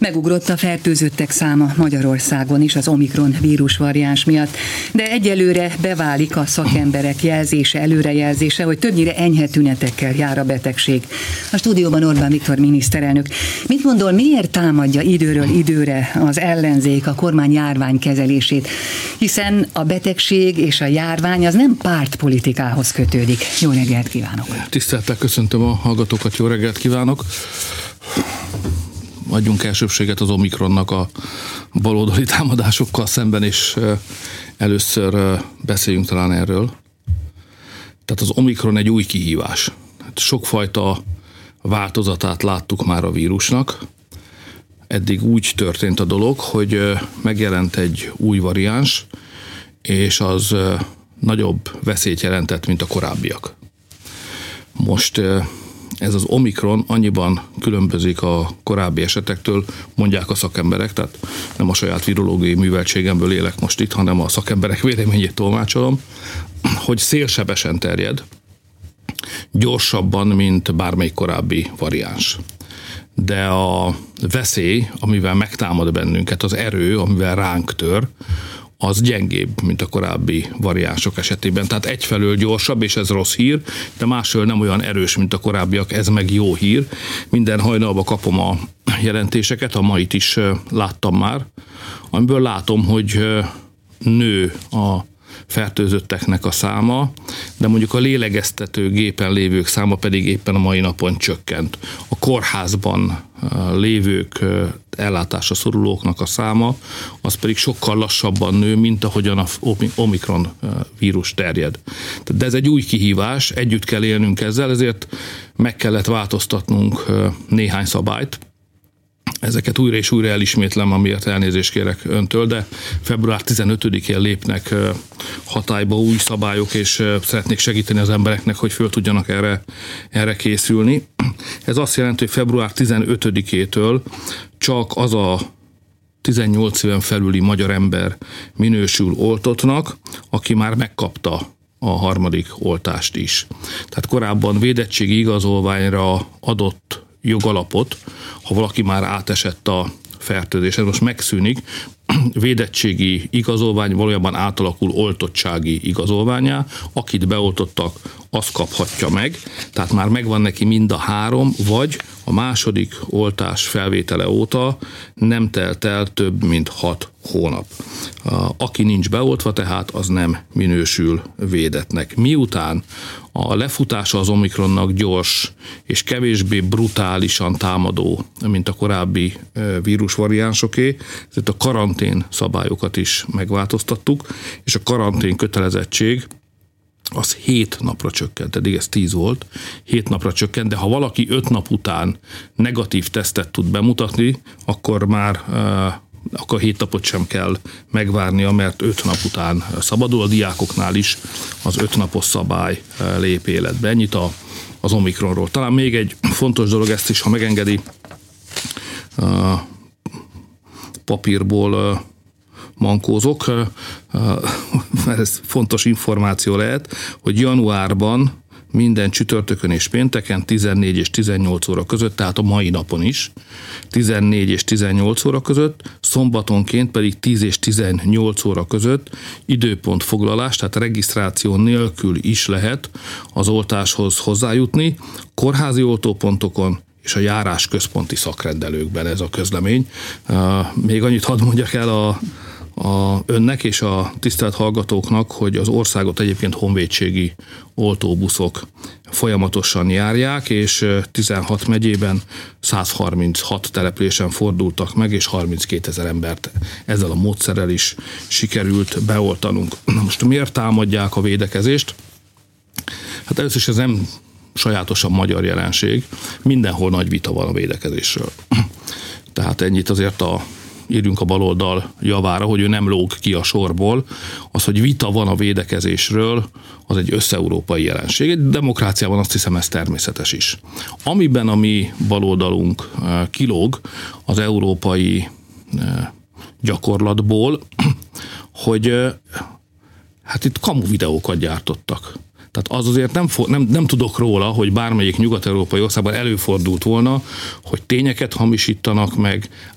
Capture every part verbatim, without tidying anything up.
Megugrott a fertőzöttek száma Magyarországon is az Omikron vírusvariáns miatt, de egyelőre beválik a szakemberek jelzése, előrejelzése, hogy többnyire enyhe tünetekkel jár a betegség. A stúdióban Orbán Viktor miniszterelnök. Mit gondol, miért támadja időről időre az ellenzék a kormány járvány kezelését? Hiszen a betegség és a járvány az nem pártpolitikához kötődik. Jó reggelt kívánok! Tisztelettel köszöntöm a hallgatókat, jó reggelt kívánok! Adjunk elsőbséget az Omikronnak a baloldali támadásokkal szemben, és először beszéljünk talán erről. Tehát az Omikron egy új kihívás. Sokfajta változatát láttuk már a vírusnak. Eddig úgy történt a dolog, hogy megjelent egy új variáns, és az nagyobb veszélyt jelentett, mint a korábbiak. Most ez az Omikron annyiban különbözik a korábbi esetektől, mondják a szakemberek, tehát nem a saját virológiai műveltségemből élek most itt, hanem a szakemberek véleményét tolmácsolom, hogy szélsebesen terjed, gyorsabban, mint bármelyik korábbi variáns. De a veszély, amivel megtámad bennünket, az erő, amivel ránk tör, az gyengébb, mint a korábbi variánsok esetében. Tehát egyfelől gyorsabb, és ez rossz hír, de másfelől nem olyan erős, mint a korábbiak, ez meg jó hír. Minden hajnalban kapom a jelentéseket, a mait is láttam már, amiből látom, hogy nő a fertőzötteknek a száma, de mondjuk a lélegeztető gépen lévők száma pedig éppen a mai napon csökkent. A kórházban lévők, ellátásra szorulóknak a száma, az pedig sokkal lassabban nő, mint ahogyan a Omikron vírus terjed. De ez egy új kihívás, együtt kell élnünk ezzel, ezért meg kellett változtatnunk néhány szabályt. Ezeket újra és újra elismétlem, amiért elnézést kérek öntől, de február tizenötödikén lépnek hatályba új szabályok, és szeretnék segíteni az embereknek, hogy föl tudjanak erre, erre készülni. Ez azt jelenti, hogy február tizenötödikétől csak az a tizennyolc éven felüli magyar ember minősül oltottnak, aki már megkapta a harmadik oltást is. Tehát korábban védettségi igazolványra adott jogalapot, ha valaki már átesett a fertőzésen, most megszűnik, védettségi igazolvány valójában átalakul oltottsági igazolványá, akit beoltottak, azt kaphatja meg, tehát már megvan neki mind a három, vagy a második oltás felvétele óta nem telt el több mint hat hónap. Aki nincs beoltva, tehát az nem minősül védettnek. Miután a lefutása az Omikronnak gyors és kevésbé brutálisan támadó, mint a korábbi vírusvariánsoké, ezért a karantén szabályokat is megváltoztattuk, és a karantén kötelezettség az hét napra csökkent, eddig ez tíz volt, hét napra csökkent, de ha valaki öt nap után negatív tesztet tud bemutatni, akkor már akkor hét napot sem kell megvárnia, mert öt nap után szabadul. A diákoknál is az öt napos szabály lép életbe. Ennyit a, az Omikronról. Talán még egy fontos dolog, ezt is, ha megengedi, papírból mankózok, mert ez fontos információ lehet, hogy januárban minden csütörtökön és pénteken tizennégy és tizennyolc óra között, tehát a mai napon is, tizennégy és tizennyolc óra között, szombatonként pedig tíz és tizennyolc óra között időpontfoglalás, tehát regisztráció nélkül is lehet az oltáshoz hozzájutni, kórházi oltópontokon és a járás központi szakrendelőkben, ez a közlemény. Még annyit hadd mondjak el a A önnek és a tisztelt hallgatóknak, hogy az országot egyébként honvédségi oltóbuszok folyamatosan járják, és tizenhat megyében száz harminchat településen fordultak meg, és harminckétezer embert ezzel a módszerrel is sikerült beoltanunk. Na most miért támadják a védekezést? Hát először is ez nem sajátosan magyar jelenség, mindenhol nagy vita van a védekezésről. Tehát ennyit azért a írjunk a baloldal javára, hogy ő nem lóg ki a sorból. Az, hogy vita van a védekezésről, az egy összeurópai jelenség. Egy demokráciában azt hiszem, ez természetes is. Amiben a mi baloldalunk kilóg az európai gyakorlatból, hogy hát itt kamu videókat gyártottak. Tehát az azért nem, nem, nem tudok róla, hogy bármelyik nyugat-európai országban előfordult volna, hogy tényeket hamisítanak meg,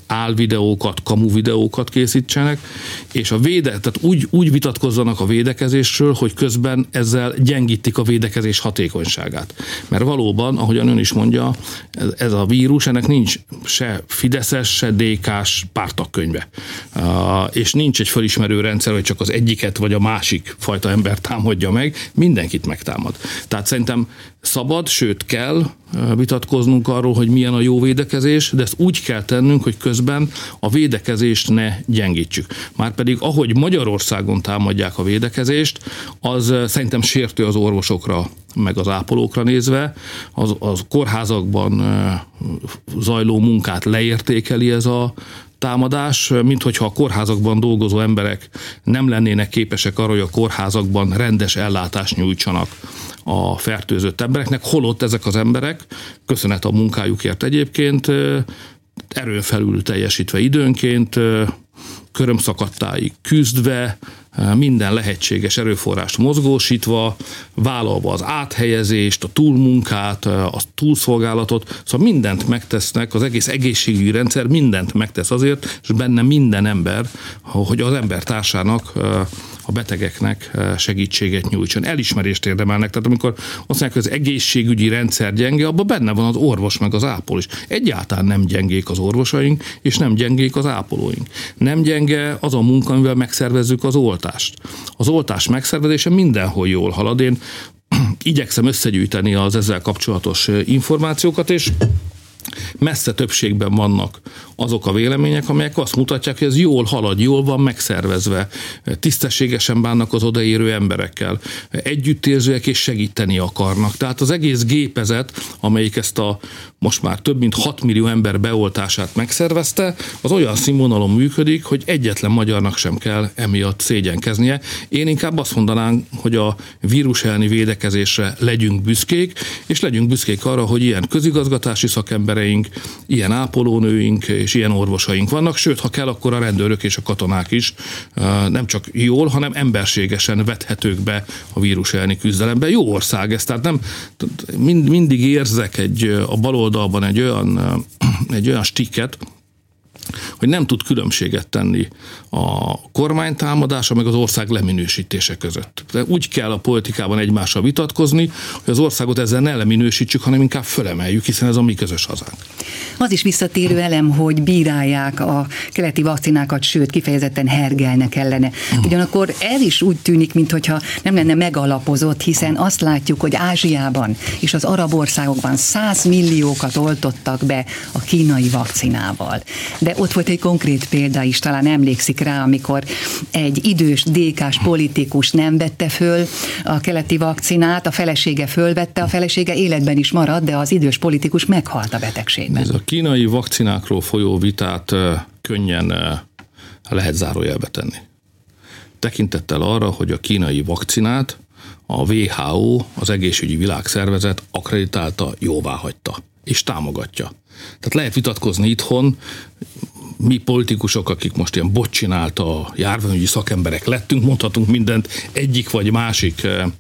álvideókat, kamu videókat készítsenek, és a véde, tehát úgy, úgy vitatkozzanak a védekezésről, hogy közben ezzel gyengítik a védekezés hatékonyságát. Mert valóban, ahogyan ön is mondja, ez, ez a vírus, ennek nincs se fideszes, se dé ká-s párttagkönyve. Uh, és nincs egy felismerő rendszer, hogy csak az egyiket vagy a másik fajta ember támadja meg, mindenkit megtámad. Tehát szerintem szabad, sőt kell vitatkoznunk arról, hogy milyen a jó védekezés, de ezt úgy kell tennünk, hogy közben a védekezést ne gyengítsük. Márpedig ahogy Magyarországon támadják a védekezést, az szerintem sértő az orvosokra, meg az ápolókra nézve, az, az kórházakban zajló munkát leértékeli ez a támadás, mint hogyha a kórházakban dolgozó emberek nem lennének képesek arra, hogy a kórházakban rendes ellátást nyújtsanak a fertőzött embereknek, holott ezek az emberek, köszönet a munkájukért egyébként, erőn felül teljesítve időnként, körömszakadtáig küzdve, minden lehetséges erőforrást mozgósítva, vállalva az áthelyezést, a túlmunkát, a túlszolgálatot, szóval mindent megtesznek, az egész egészségügyi rendszer mindent megtesz azért, és benne minden ember, hogy az ember társának, a betegeknek segítséget nyújtson. Elismerést érdemelnek, tehát amikor azt mondják, hogy az egészségügyi rendszer gyenge, abban benne van az orvos meg az ápoló is. Egyáltalán nem gyengék az orvosaink, és nem gyengék az ápolóink. Nem gyenge az a munka, amivel megszervezzük az oltást. Az oltás megszervezése mindenhol jól halad. Én igyekszem összegyűjteni az ezzel kapcsolatos információkat, és messze többségben vannak azok a vélemények, amelyek azt mutatják, hogy ez jól halad, jól van megszervezve, tisztességesen bánnak az odaérő emberekkel, együttérzőek és segíteni akarnak. Tehát az egész gépezet, amelyik ezt a most már több mint hat millió ember beoltását megszervezte, az olyan színvonalon működik, hogy egyetlen magyarnak sem kell emiatt szégyenkeznie. Én inkább azt mondanám, hogy a vírus elleni védekezésre legyünk büszkék, és legyünk büszkék arra, hogy ilyen közigazgatási szakembereink, ilyen ápolónőink és ilyen orvosaink vannak, sőt, ha kell, akkor a rendőrök és a katonák is nem csak jól, hanem emberségesen vethetők be a vírus elleni küzdelembe. Jó ország ez, tehát nem, mind, mindig érzek egy, a baloldalban egy olyan, egy olyan stikket, hogy nem tud különbséget tenni a kormánytámadása meg az ország leminősítése között. De úgy kell a politikában egymással vitatkozni, hogy az országot ezzel ne leminősítsük, hanem inkább fölemeljük, hiszen ez a mi közös hazánk. Az is visszatérő elem, hogy bírálják a keleti vakcinákat, sőt, kifejezetten hergelnek ellene. Ugyanakkor ez is úgy tűnik, mintha nem lenne megalapozott, hiszen azt látjuk, hogy Ázsiában és az arab országokban százmilliókat oltottak be a kínai vakcinával. De ott volt egy konkrét példa is, talán emlékszik rá, amikor egy idős dé ká-s politikus nem vette föl a keleti vakcinát, a felesége fölvette, a felesége életben is maradt, de az idős politikus meghalt a betegségben. Ez a kínai vakcinákról folyó vitát könnyen lehet zárójelbe tenni. Tekintettel arra, hogy a kínai vakcinát a dupla vé há ó, az Egészségügyi Világszervezet akkreditálta, jóváhagyta és támogatja. Tehát lehet vitatkozni itthon, mi politikusok, akik most ilyen bot csinálta, járványügyi szakemberek lettünk, mondhatunk mindent egyik vagy másik e, e,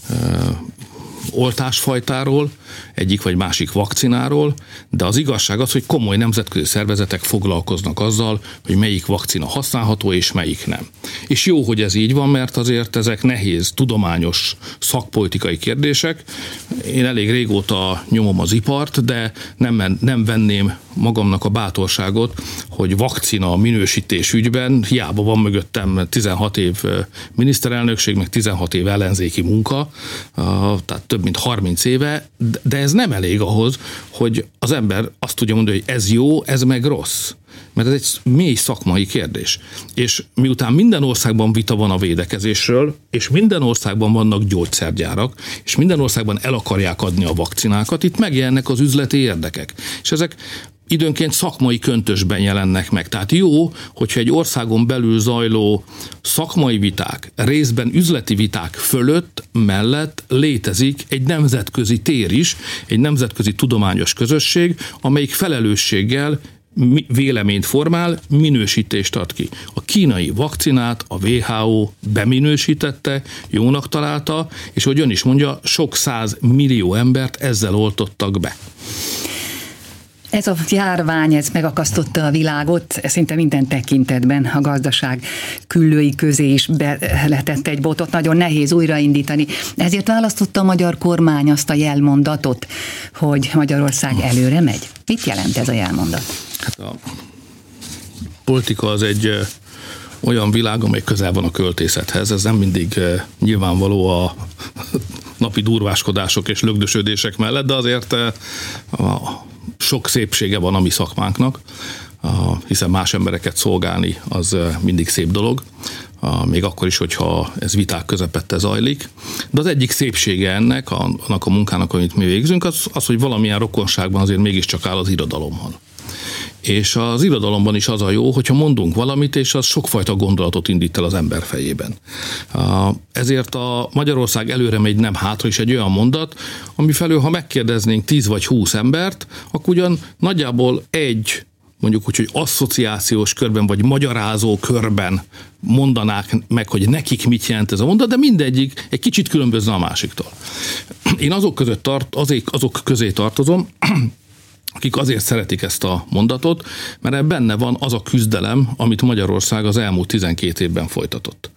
oltásfajtáról, egyik vagy másik vakcináról, de az igazság az, hogy komoly nemzetközi szervezetek foglalkoznak azzal, hogy melyik vakcina használható és melyik nem. És jó, hogy ez így van, mert azért ezek nehéz, tudományos, szakpolitikai kérdések. Én elég régóta nyomom az ipart, de nem, nem venném magamnak a bátorságot, hogy vakcina minősítés ügyben, hiába van mögöttem tizenhat év miniszterelnökség, meg tizenhat év ellenzéki munka, tehát több mint harminc éve, de ez nem elég ahhoz, hogy az ember azt tudja mondani, hogy ez jó, ez meg rossz. Mert ez egy mély szakmai kérdés. És miután minden országban vita van a védekezésről, és minden országban vannak gyógyszergyárak, és minden országban el akarják adni a vakcinákat, itt megjelennek az üzleti érdekek. És ezek időnként szakmai köntösben jelennek meg. Tehát jó, hogyha egy országon belül zajló szakmai viták, részben üzleti viták fölött, mellett létezik egy nemzetközi tér is, egy nemzetközi tudományos közösség, amelyik felelősséggel véleményt formál, minősítést ad ki. A kínai vakcinát a dupla vé há ó beminősítette, jónak találta, és hogy ön is mondja, sok száz millió embert ezzel oltottak be. Ez a járvány, ez megakasztotta a világot, szinte minden tekintetben a gazdaság küllői közé is beletette egy botot, nagyon nehéz újraindítani. Ezért választotta a magyar kormány azt a jelmondatot, hogy Magyarország előre megy. Mit jelent ez a jelmondat? Hát a politika az egy olyan világ, amely közel van a költészethez. Ez nem mindig nyilvánvaló a napi durváskodások és lögdösödések mellett, de azért a sok szépsége van a mi szakmánknak, hiszen más embereket szolgálni az mindig szép dolog, még akkor is, hogyha ez viták közepette zajlik. De az egyik szépsége ennek, annak a munkának, amit mi végzünk, az, az hogy valamilyen rokonságban azért mégiscsak áll az irodalomban. És az irodalomban is az a jó, hogyha mondunk valamit, és az sokfajta gondolatot indít el az ember fejében. Ezért a Magyarország előre megy, nem hátra is egy olyan mondat, ami felől, ha megkérdeznénk tíz vagy húsz embert, akkor ugyan nagyjából egy, mondjuk úgy, hogy asszociációs körben, vagy magyarázó körben mondanák meg, hogy nekik mit jelent ez a mondat, de mindegyik egy kicsit különbözne a másiktól. Én azok között tart, azok, azok közé tartozom, akik azért szeretik ezt a mondatot, mert benne van az a küzdelem, amit Magyarország az elmúlt tizenkét évben folytatott.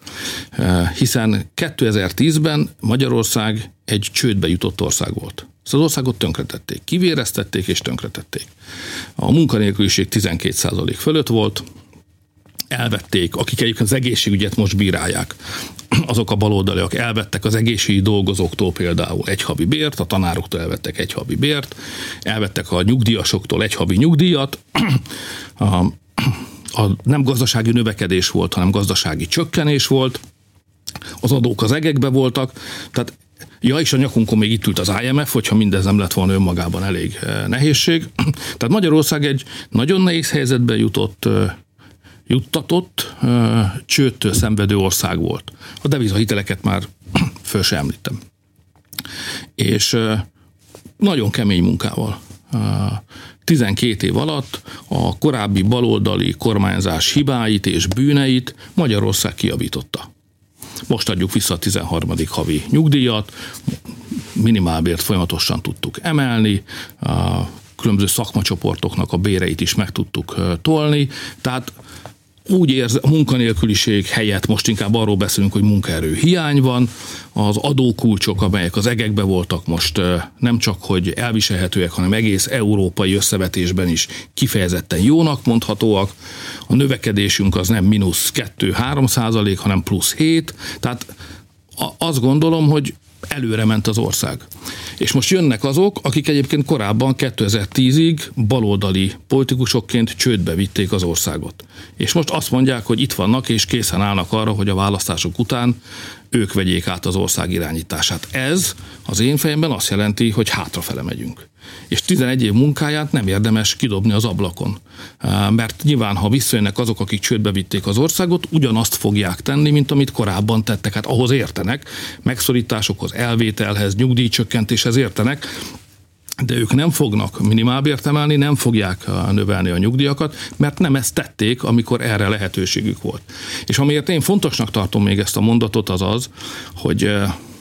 Hiszen kétezer-tízben Magyarország egy csődbe jutott ország volt. Ezt az országot tönkretették, kivéreztették és tönkretették. A munkanélküliség tizenkét százalék fölött volt, elvették, akik egyébként az egészségügyet most bírálják, azok a baloldaliak elvettek az egészségügyi dolgozóktól például egy havi bért, a tanároktól elvettek egy havi bért, elvettek a nyugdíjasoktól egy havi nyugdíjat, a, a nem gazdasági növekedés volt, hanem gazdasági csökkenés volt, az adók az egekbe voltak, tehát ja, és a nyakunkon még itt ült az I M F, hogyha mindez nem lett volna önmagában elég nehézség. Tehát Magyarország egy nagyon nehéz helyzetbe jutott, juttatott, csődtől szenvedő ország volt. A devizahiteleket már föl sem említem. És nagyon kemény munkával. tizenkét év alatt a korábbi baloldali kormányzás hibáit és bűneit Magyarország kijavította. Most adjuk vissza a tizenharmadik havi nyugdíjat, minimálbért folyamatosan tudtuk emelni, a különböző szakmacsoportoknak a béreit is meg tudtuk tolni, tehát úgy érz, a munkanélküliség helyett most inkább arról beszélünk, hogy munkaerő hiány van, az adókulcsok, amelyek az egekbe voltak most nem csak, hogy elviselhetőek, hanem egész európai összevetésben is kifejezetten jónak mondhatóak. A növekedésünk az nem mínusz kettő-három százalék, hanem plusz hét, tehát azt gondolom, hogy előre ment az ország. És most jönnek azok, akik egyébként korábban kétezer-tízig baloldali politikusokként csődbe vitték az országot. És most azt mondják, hogy itt vannak és készen állnak arra, hogy a választások után ők vegyék át az ország irányítását. Ez az én fejemben azt jelenti, hogy hátrafele megyünk. És tizenegy év munkáját nem érdemes kidobni az ablakon. Mert nyilván, ha visszajönnek azok, akik csődbe vitték az országot, ugyanazt fogják tenni, mint amit korábban tettek. Hát ahhoz értenek, megszorításokhoz, elvételhez, nyugdíjcsökkentéshez értenek, de ők nem fognak minimálbért emelni, nem fogják növelni a nyugdíjakat, mert nem ezt tették, amikor erre lehetőségük volt. És amiért én fontosnak tartom még ezt a mondatot, az az, hogy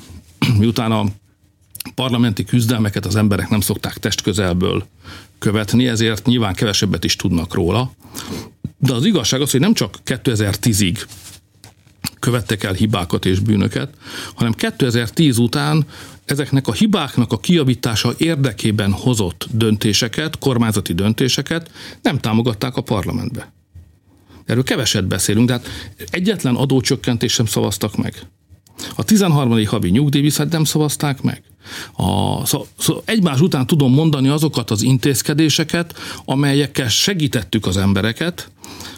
miután a parlamenti küzdelmeket az emberek nem szokták testközelből követni, ezért nyilván kevesebbet is tudnak róla. De az igazság az, hogy nem csak kétezer-tízig követtek el hibákat és bűnöket, hanem kétezer-tíz után ezeknek a hibáknak a kijavítása érdekében hozott döntéseket, kormányzati döntéseket nem támogatták a parlamentbe. Erről keveset beszélünk, de hát egyetlen adócsökkentést sem szavaztak meg. A tizenharmadik havi nyugdíjviszont nem szavazták meg. A, szó, szó, egymás után tudom mondani azokat az intézkedéseket, amelyekkel segítettük az embereket,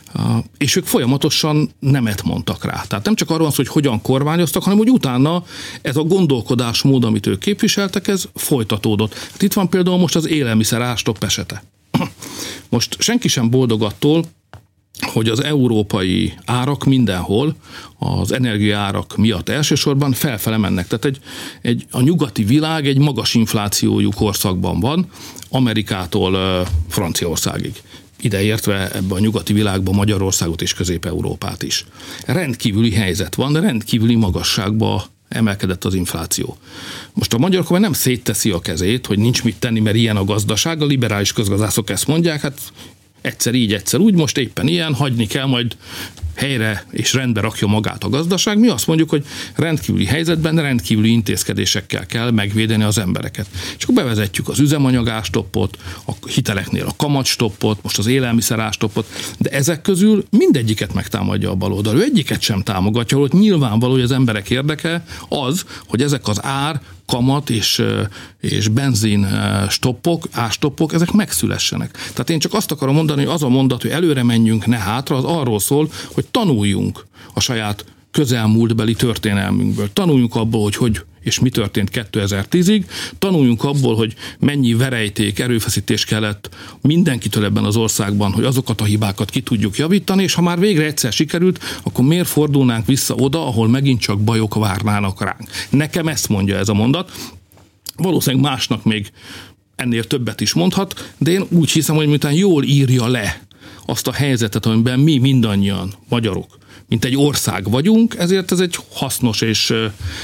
és ők folyamatosan nemet mondtak rá. Tehát nem csak arról van szó, hogy hogyan kormányoztak, hanem hogy utána ez a gondolkodásmód, amit ők képviseltek, ez folytatódott. Hát itt van például most az élelmiszer árstopp esete. Most senki sem boldog attól, hogy az európai árak mindenhol az energiaárak miatt elsősorban felfele mennek. Tehát egy, egy, a nyugati világ egy magas inflációjú korszakban van, Amerikától uh, Franciaországig. Ideértve ebbe a nyugati világban Magyarországot és Közép-Európát is. Rendkívüli helyzet van, de rendkívüli magasságba emelkedett az infláció. Most a magyar kormány nem szétteszi a kezét, hogy nincs mit tenni, mert ilyen a gazdaság, a liberális közgazdászok ezt mondják, hát egyszer így, egyszer úgy, most éppen ilyen, hagyni kell, majd helyre és rendbe rakja magát a gazdaság. Mi azt mondjuk, hogy rendkívüli helyzetben rendkívüli intézkedésekkel kell megvédeni az embereket. És akkor bevezetjük az üzemanyagástoppot, a hiteleknél a kamatstoppot, most az élelmiszerástoppot, de ezek közül mindegyiket megtámadja a baloldal. Ő egyiket sem támogatja, hogy nyilvánvaló, hogy az emberek érdeke az, hogy ezek az ár, kamat és, és benzin stoppok, ástoppok, ezek megszülessenek. Tehát én csak azt akarom mondani, hogy az a mondat, hogy előre menjünk, ne hátra, az arról szól, hogy tanuljunk a saját közelmúltbeli történelmünkből. Tanuljunk abból, hogy hogy és mi történt kétezer-tízig, tanuljunk abból, hogy mennyi verejték, erőfeszítés kellett mindenkitől ebben az országban, hogy azokat a hibákat ki tudjuk javítani, és ha már végre egyszer sikerült, akkor miért fordulnánk vissza oda, ahol megint csak bajok várnának ránk. Nekem ezt mondja ez a mondat. Valószínűleg másnak még ennél többet is mondhat, de én úgy hiszem, hogy miután jól írja le azt a helyzetet, amiben mi mindannyian magyarok, mint egy ország vagyunk, ezért ez egy hasznos és,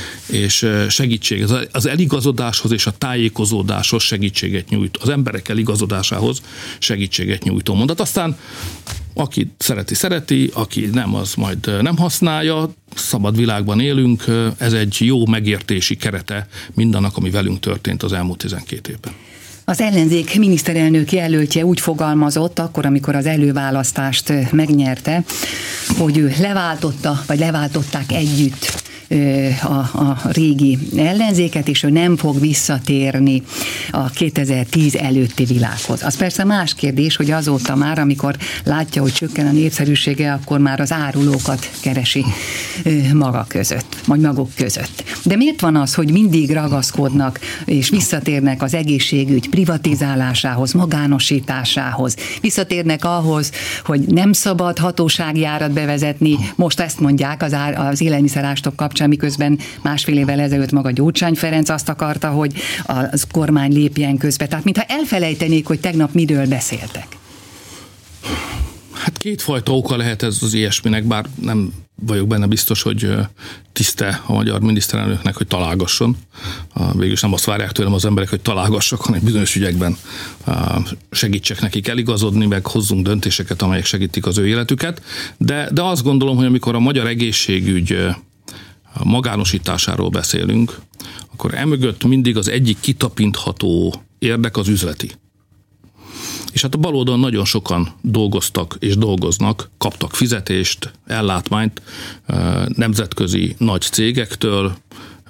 és segítség. Az eligazodáshoz és a tájékozódáshoz segítséget nyújt, az emberek eligazodásához segítséget nyújtó mondat. Aztán aki szereti, szereti, aki nem, az majd nem használja. Szabad világban élünk, ez egy jó megértési kerete mindannak, ami velünk történt az elmúlt tizenkét évben. Az ellenzék miniszterelnök jelöltje úgy fogalmazott akkor, amikor az előválasztást megnyerte, hogy ő leváltotta, vagy leváltották együtt a, a régi ellenzéket, és ő nem fog visszatérni a kétezer-tíz előtti világhoz. Az persze más kérdés, hogy azóta már, amikor látja, hogy csökken a népszerűsége, akkor már az árulókat keresi maga között, vagy maguk között. De miért van az, hogy mindig ragaszkodnak, és visszatérnek az egészségügy privatizálásához, magánosításához, visszatérnek ahhoz, hogy nem szabad hatóságjárat bevezetni, most ezt mondják az, ár, az élelmiszerástok kapcsán, miközben másfél évvel ezelőtt maga Gyurcsány Ferenc azt akarta, hogy a kormány lépjen közbe. Tehát mintha elfelejtenék, hogy tegnap miről beszéltek. Hát kétfajta oka lehet ez az ilyesminek, bár nem vagyok benne biztos, hogy tiszte a magyar miniszterelnöknek, hogy találgasson. Végülis nem azt várják tőlem az emberek, hogy találgassak, hanem bizonyos ügyekben segítsek nekik eligazodni, meg hozzunk döntéseket, amelyek segítik az ő életüket. De, de azt gondolom, hogy amikor a magyar egészségügy a magánosításáról beszélünk, akkor emögött mindig az egyik kitapintható érdek az üzleti. És hát a baloldalon nagyon sokan dolgoztak és dolgoznak, kaptak fizetést, ellátmányt nemzetközi nagy cégektől,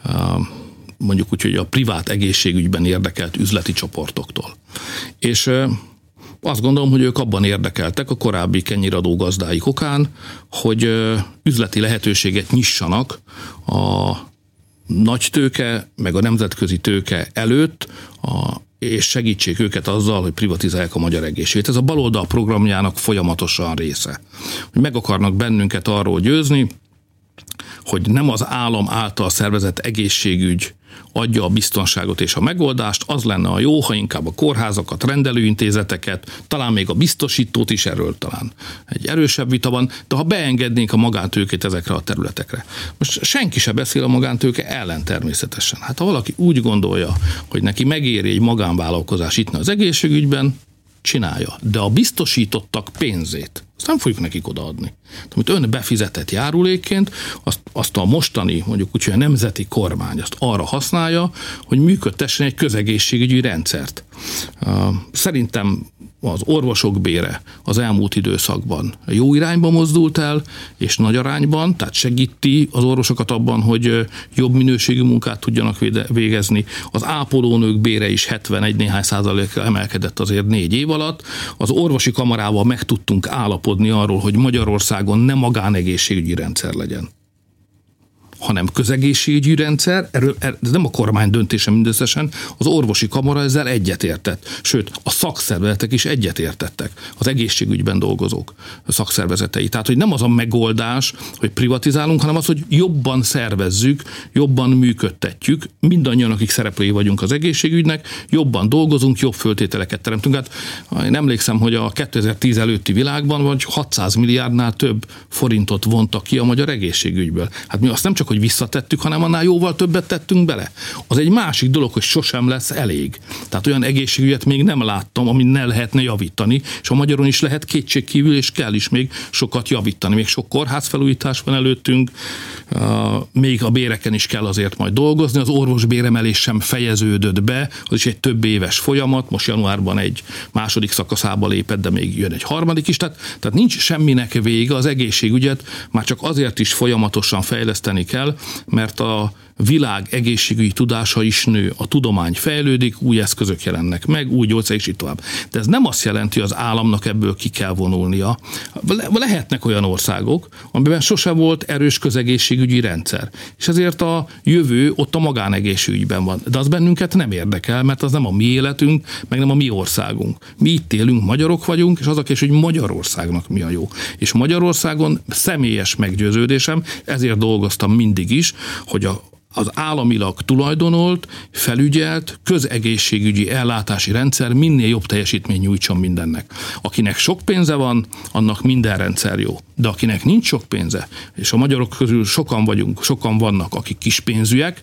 mondjuk úgy, hogy a privát egészségügyben érdekelt üzleti csoportoktól. És azt gondolom, hogy ők abban érdekeltek a korábbi kenyiradó gazdáik okán, hogy üzleti lehetőséget nyissanak a nagy tőke, meg a nemzetközi tőke előtt, a, és segítsék őket azzal, hogy privatizálják a magyar egészséget. Ez a baloldal programjának folyamatosan része. Hogy meg akarnak bennünket arról győzni, hogy nem az állam által szervezett egészségügy adja a biztonságot és a megoldást, az lenne a jó, ha inkább a kórházakat, rendelőintézeteket, talán még a biztosítót is, erről talán egy erősebb vita van, de ha beengednénk a magántőkét ezekre a területekre. Most senki se beszél a magántőke ellen természetesen. Hát ha valaki úgy gondolja, hogy neki megéri egy magánvállalkozás itt az egészségügyben, csinálja. De a biztosítottak pénzét, azt nem fogjuk nekik odaadni. Amit ön befizetett járulékként, azt, azt a mostani, mondjuk úgy, hogy a nemzeti kormány azt arra használja, hogy működtessen egy közegészségügyi rendszert. Szerintem az orvosok bére az elmúlt időszakban jó irányba mozdult el, és nagy arányban, tehát segíti az orvosokat abban, hogy jobb minőségű munkát tudjanak végezni. Az ápolónők bére is hetvenegy néhány százalékra emelkedett azért négy év alatt. Az orvosi kamarával meg tudtunk állapodni arról, hogy Magyarországon nem magánegészségügyi rendszer legyen, hanem közegészségügyi rendszer, erről, ez nem a kormány döntése mindösszesen, az orvosi kamara ezzel egyetértett, sőt, a szakszervezetek is egyetértettek, az egészségügyben dolgozók szakszervezetei. Tehát, hogy nem az a megoldás, hogy privatizálunk, hanem az, hogy jobban szervezzük, jobban működtetjük, mindannyian, akik szereplői vagyunk az egészségügynek, jobban dolgozunk, jobb föltételeket teremtünk. Hát én emlékszem, hogy a kétezer-tíz előtti világban vagy hatszáz milliárdnál több forintot vontak ki a magyar egészségügyből. Hát mi azt nem csak csak, hogy visszatettük, hanem annál jóval többet tettünk bele. Az egy másik dolog, hogy sosem lesz elég. Tehát olyan egészségügyet még nem láttam, amit ne lehetne javítani, és a magyaron is lehet kétségkívül, és kell is még sokat javítani. Még sok kórházfelújítás van előttünk, még a béreken is kell azért majd dolgozni. Az orvosbéremelés sem fejeződött be, az is egy több éves folyamat, most januárban egy második szakaszába lépett, de még jön egy harmadik is, tehát, tehát nincs semminek vége, az egészségügyet már csak azért is folyamatosan fejleszteni kell, mert a világ egészségügyi tudása is nő, a tudomány fejlődik, új eszközök jelennek meg, új gyógyszer és így tovább. De ez nem azt jelenti, hogy az államnak ebből ki kell vonulnia. Le- lehetnek olyan országok, amiben sose volt erős közegészségügyi rendszer. És ezért a jövő ott a magánegészségügyben van. De az bennünket nem érdekel, mert az nem a mi életünk, meg nem a mi országunk. Mi itt élünk, magyarok vagyunk, és az a kérdés, hogy Magyarországnak mi a jó. És Magyarországon személyes meggyőződésem, ezért dolgoztam mindig is, hogy a az államilag tulajdonolt, felügyelt, közegészségügyi ellátási rendszer minél jobb teljesítmény nyújtson mindennek. Akinek sok pénze van, annak minden rendszer jó. De akinek nincs sok pénze, és a magyarok közül sokan vagyunk, sokan vannak, akik kispénzűek,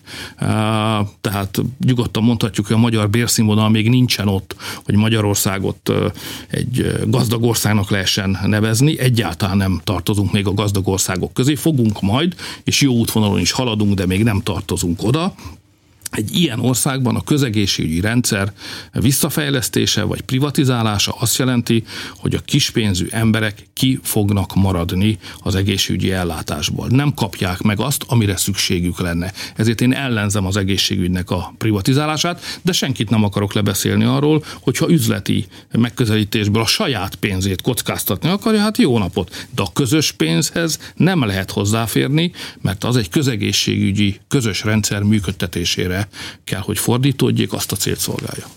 tehát nyugodtan mondhatjuk, hogy a magyar bérszínvonal még nincsen ott, hogy Magyarországot egy gazdag országnak lehessen nevezni, egyáltalán nem tartozunk még a gazdag országok közé, fogunk majd, és jó útvonalon is haladunk, de még nem tartozunk oda. Egy ilyen országban a közegészségügyi rendszer visszafejlesztése vagy privatizálása azt jelenti, hogy a kispénzű emberek ki fognak maradni az egészségügyi ellátásból. Nem kapják meg azt, amire szükségük lenne. Ezért én ellenzem az egészségügynek a privatizálását, de senkit nem akarok lebeszélni arról, hogyha üzleti megközelítésből a saját pénzét kockáztatni akarja, hát jó napot. De a közös pénzhez nem lehet hozzáférni, mert az egy közegészségügyi közös rendszer működtetésére kell, hogy fordítódjék, azt a célt szolgálja.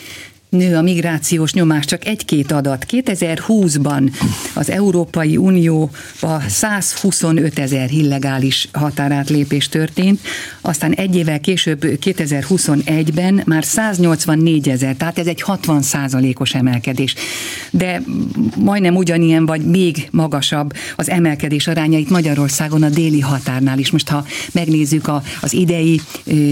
Nő a migrációs nyomás, csak egy-két adat. kétezer-húszban az Európai Unióba százhuszonöt ezer illegális határátlépés történt, aztán egy évvel később, kétezer-huszonegyben már száznyolcvannégy ezer, tehát ez egy hatvan százalékos emelkedés. De majdnem ugyanilyen, vagy még magasabb az emelkedés aránya itt Magyarországon a déli határnál is. Most ha megnézzük a, az idei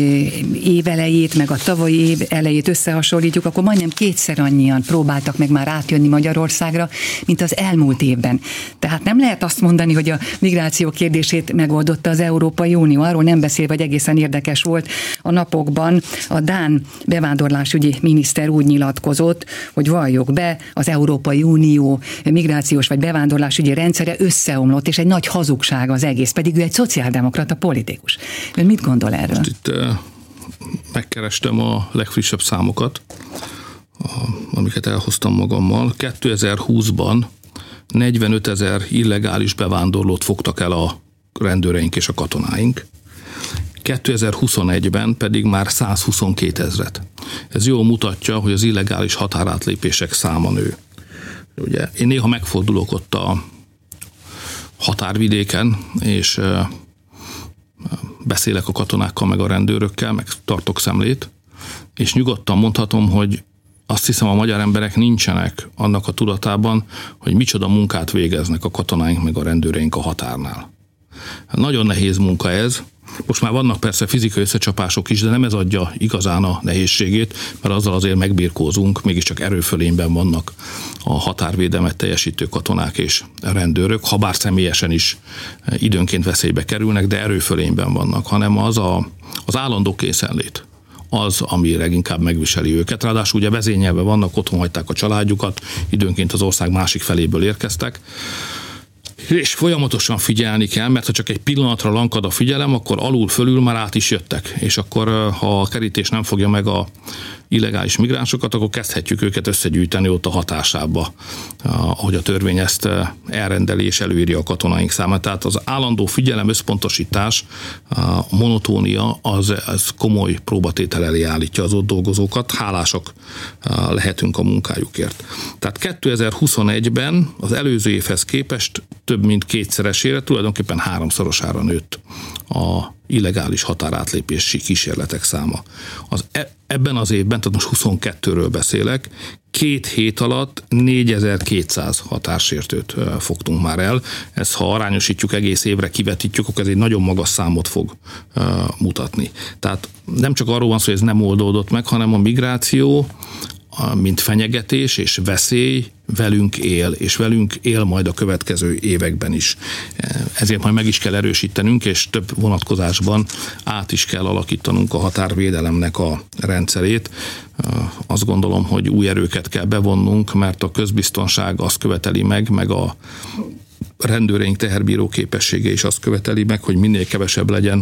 év elejét, meg a tavalyi év elejét összehasonlítjuk, akkor majdnem kétszer annyian próbáltak meg már átjönni Magyarországra, mint az elmúlt évben. Tehát nem lehet azt mondani, hogy a migráció kérdését megoldotta az Európai Unió. Arról nem beszél, vagy egészen érdekes volt a napokban. A dán bevándorlásügyi miniszter úgy nyilatkozott, hogy valljuk be, az Európai Unió migrációs vagy bevándorlásügyi rendszere összeomlott, és egy nagy hazugság az egész, pedig ő egy szociáldemokrata politikus. Ön mit gondol erről? Most itt uh, megkerestem a legfrissebb számokat, amiket elhoztam magammal. kétezer-húszban negyvenöt ezer illegális bevándorlót fogtak el a rendőreink és a katonáink. kétezer-huszonegyben pedig már százhuszonkét ezret. Ez jól mutatja, hogy az illegális határátlépések száma nő. Ugye, én néha megfordulok ott a határvidéken, és beszélek a katonákkal, meg a rendőrökkel, meg tartok szemlét, és nyugodtan mondhatom, hogy azt hiszem, a magyar emberek nincsenek annak a tudatában, hogy micsoda munkát végeznek a katonáink meg a rendőreink a határnál. Nagyon nehéz munka ez. Most már vannak persze fizikai összecsapások is, de nem ez adja igazán a nehézségét, mert azzal azért megbirkózunk, mégiscsak erőfölényben vannak a határvédelmet teljesítő katonák és rendőrök, ha bár személyesen is időnként veszélybe kerülnek, de erőfölényben vannak, hanem az a, az állandó készenlét az, ami leginkább megviseli őket. Ráadásul ugye vezényelve vannak, otthon hagyták a családjukat, időnként az ország másik feléből érkeztek, és folyamatosan figyelni kell, mert ha csak egy pillanatra lankad a figyelem, akkor alul-fölül már át is jöttek, és akkor ha a kerítés nem fogja meg a illegális migránsokat, akkor kezdhetjük őket összegyűjteni ott a hatásába, ahogy a törvény ezt elrendeli és előírja a katonáink számát. Tehát az állandó figyelem, összpontosítás, a monotónia, az, az komoly próbatétel elé állítja az ott dolgozókat, hálásak lehetünk a munkájukért. Tehát kétezer-huszonegyben az előző évhez képest több mint kétszeresére, tulajdonképpen háromszorosára nőtt a illegális határátlépési kísérletek száma. Az e, ebben az évben, tehát most huszonkettőről beszélek, két hét alatt négyezer-kétszáz határsértőt fogtunk már el. Ezt ha arányosítjuk egész évre, kivetítjük, akkor ez egy nagyon magas számot fog uh, mutatni. Tehát nem csak arról van szó, hogy ez nem oldódott meg, hanem a migráció, mint fenyegetés és veszély velünk él, és velünk él majd a következő években is. Ezért majd meg is kell erősítenünk, és több vonatkozásban át is kell alakítanunk a határvédelemnek a rendszerét. Azt gondolom, hogy új erőket kell bevonnunk, mert a közbiztonság azt követeli meg, meg a rendőreink teherbíró képessége is azt követeli meg, hogy minél kevesebb legyen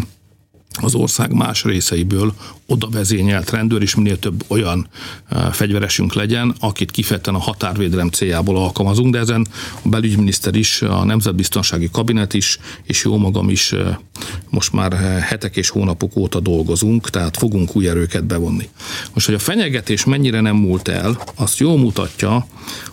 az ország más részeiből oda vezényelt rendőr, és minél több olyan uh, fegyveresünk legyen, akit kifejezetten a határvédelem céljából alkalmazunk, de ezen a belügyminiszter is, a Nemzetbiztonsági Kabinet is, és jó magam is uh, most már hetek és hónapok óta dolgozunk, tehát fogunk új erőket bevonni. Most, hogy a fenyegetés mennyire nem múlt el, azt jól mutatja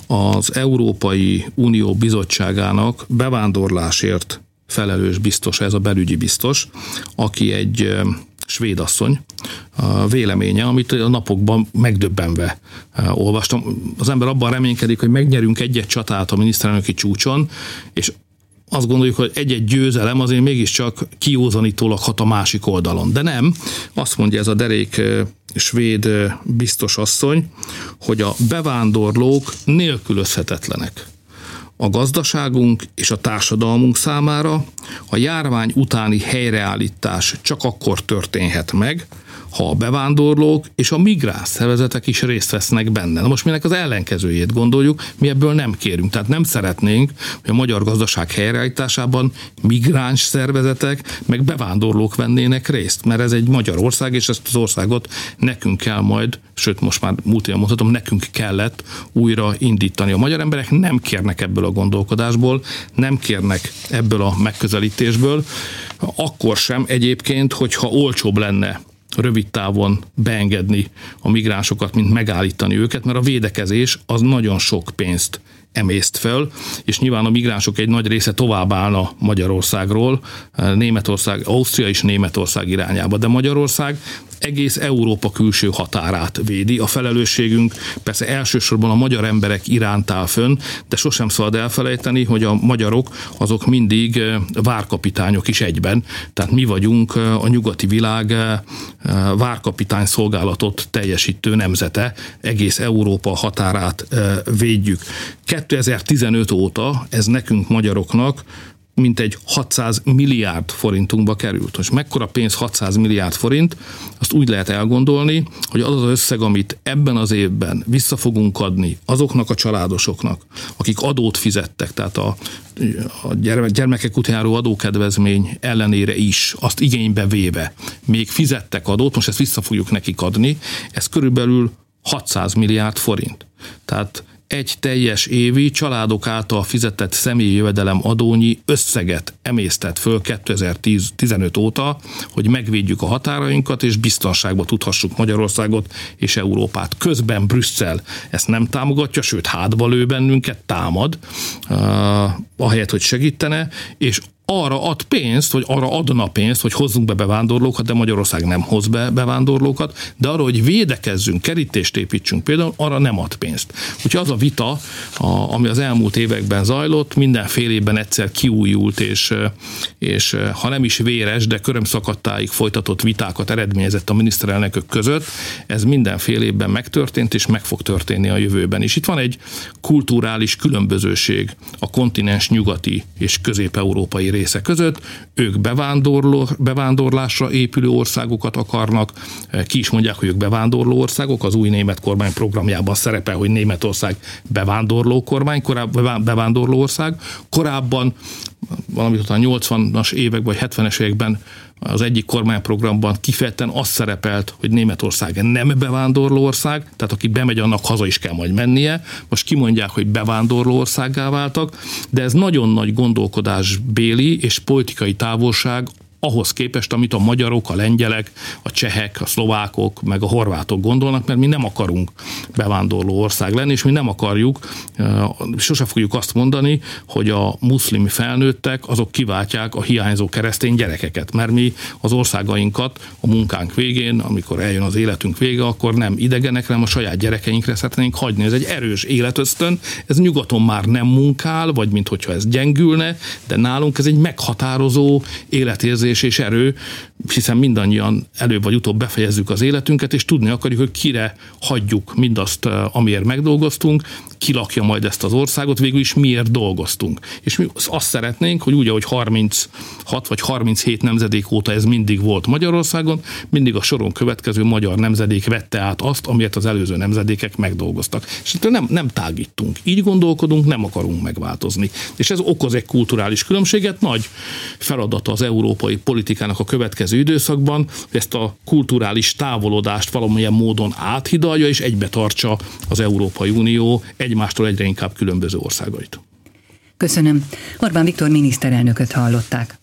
az Európai Unió Bizottságának bevándorlásért felelős biztos, ez a belügyi biztos, aki egy svéd asszony véleménye, amit a napokban megdöbbenve olvastam. Az ember abban reménykedik, hogy megnyerünk egy-egy csatát a miniszterelnöki csúcson, és azt gondoljuk, hogy egy-egy győzelem azért mégiscsak kiózanítólag hat a másik oldalon. De nem, azt mondja ez a derék svéd biztos asszony, hogy a bevándorlók nélkülözhetetlenek a gazdaságunk és a társadalmunk számára. A járvány utáni helyreállítás csak akkor történhet meg, ha a bevándorlók és a migráns szervezetek is részt vesznek benne. Na most minek az ellenkezőjét gondoljuk, mi ebből nem kérünk. Tehát nem szeretnénk, hogy a magyar gazdaság helyreállításában migráns szervezetek meg bevándorlók vennének részt, mert ez egy magyar ország, és ezt az országot nekünk kell majd, sőt most már múlt éven mondhatom, nekünk kellett újra indítani. A magyar emberek nem kérnek ebből a gondolkodásból, nem kérnek ebből a megközelítésből, akkor sem egyébként, hogyha olcsóbb lenne rövid távon beengedni a migránsokat, mint megállítani őket, mert a védekezés az nagyon sok pénzt emészt fel, és nyilván a migránsok egy nagy része tovább állna Magyarországról, Németország, Ausztria és Németország irányába, de Magyarország egész Európa külső határát védi. A felelősségünk persze elsősorban a magyar emberek iránt áll fönn, de sosem szabad elfelejteni, hogy a magyarok azok mindig várkapitányok is egyben. Tehát mi vagyunk a nyugati világ várkapitány szolgálatot teljesítő nemzete, egész Európa határát védjük. kétezer-tizenöt óta ez nekünk magyaroknak mintegy hatszáz milliárd forintunkba került. Most mekkora pénz hatszáz milliárd forint, azt úgy lehet elgondolni, hogy az az összeg, amit ebben az évben vissza fogunk adni azoknak a családosoknak, akik adót fizettek, tehát a, a gyermekek után járó adókedvezmény ellenére is, azt igénybe véve, még fizettek adót, most ezt vissza fogjuk nekik adni, ez körülbelül hatszáz milliárd forint. Tehát egy teljes évi családok által fizetett személyi jövedelem adónyi összeget emésztett föl kétezer-tizenöt óta, hogy megvédjük a határainkat, és biztonságba tudhassuk Magyarországot és Európát. Közben Brüsszel ezt nem támogatja, sőt hátba lő bennünket, támad, uh, ahelyett, hogy segítene, és arra ad pénzt, vagy arra adna pénzt, hogy hozzunk be bevándorlókat, de Magyarország nem hoz be bevándorlókat, de arra, hogy védekezzünk, kerítést építsünk például, arra nem ad pénzt. Úgyhogy az a vita, a, ami az elmúlt években zajlott, mindenfélében egyszer kiújult, és, és ha nem is véres, de körömszakadtáig folytatott vitákat eredményezett a miniszterelnökök között, ez mindenfélében megtörtént, és meg fog történni a jövőben is. Itt van egy kulturális különbözőség a kontinens nyugati és közép-európai része között, ők bevándorló, bevándorlásra épülő országokat akarnak, ki is mondják, hogy ők bevándorló országok, az új német kormány programjában szerepel, hogy Németország bevándorló kormány, korábban bevándorló ország, korábban valamit a nyolcvanas évek vagy hetvenes években az egyik kormányprogramban kifejezetten az szerepelt, hogy Németország nem bevándorló ország, tehát aki bemegy, annak haza is kell majd mennie. Most kimondják, hogy bevándorló országgá váltak, de ez nagyon nagy gondolkodásbéli és politikai távolság ahhoz képest, amit a magyarok, a lengyelek, a csehek, a szlovákok, meg a horvátok gondolnak, mert mi nem akarunk bevándorló ország lenni, és mi nem akarjuk, sose fogjuk azt mondani, hogy a muszlim felnőttek azok kiváltják a hiányzó keresztény gyerekeket, mert mi az országainkat a munkánk végén, amikor eljön az életünk vége, akkor nem idegenekre, hanem a saját gyerekeinkre szeretnénk hagyni. Ez egy erős életösztön, ez nyugaton már nem munkál, vagy minthogyha ez gyengülne, de nálunk ez egy meghatározó életérzés és erő, hiszen mindannyian előbb vagy utóbb befejezzük az életünket, és tudni akarjuk, hogy kire hagyjuk mindazt, amiért megdolgoztunk, ki lakja majd ezt az országot, végül is miért dolgoztunk. És mi azt szeretnénk, hogy úgy, ahogy harminchat vagy harminchét nemzedék óta ez mindig volt Magyarországon, mindig a soron következő magyar nemzedék vette át azt, amiért az előző nemzedékek megdolgoztak. És nem, nem tágítunk. Így gondolkodunk, nem akarunk megváltozni. És ez okoz egy kulturális különbséget, nagy feladata az európai politikának a következő időszakban, hogy ezt a kulturális távolodást valamilyen módon áthidalja és egybe tartsa az Európai Unió egymástól egyre inkább különböző országait. Köszönöm. Orbán Viktor miniszterelnököt hallották.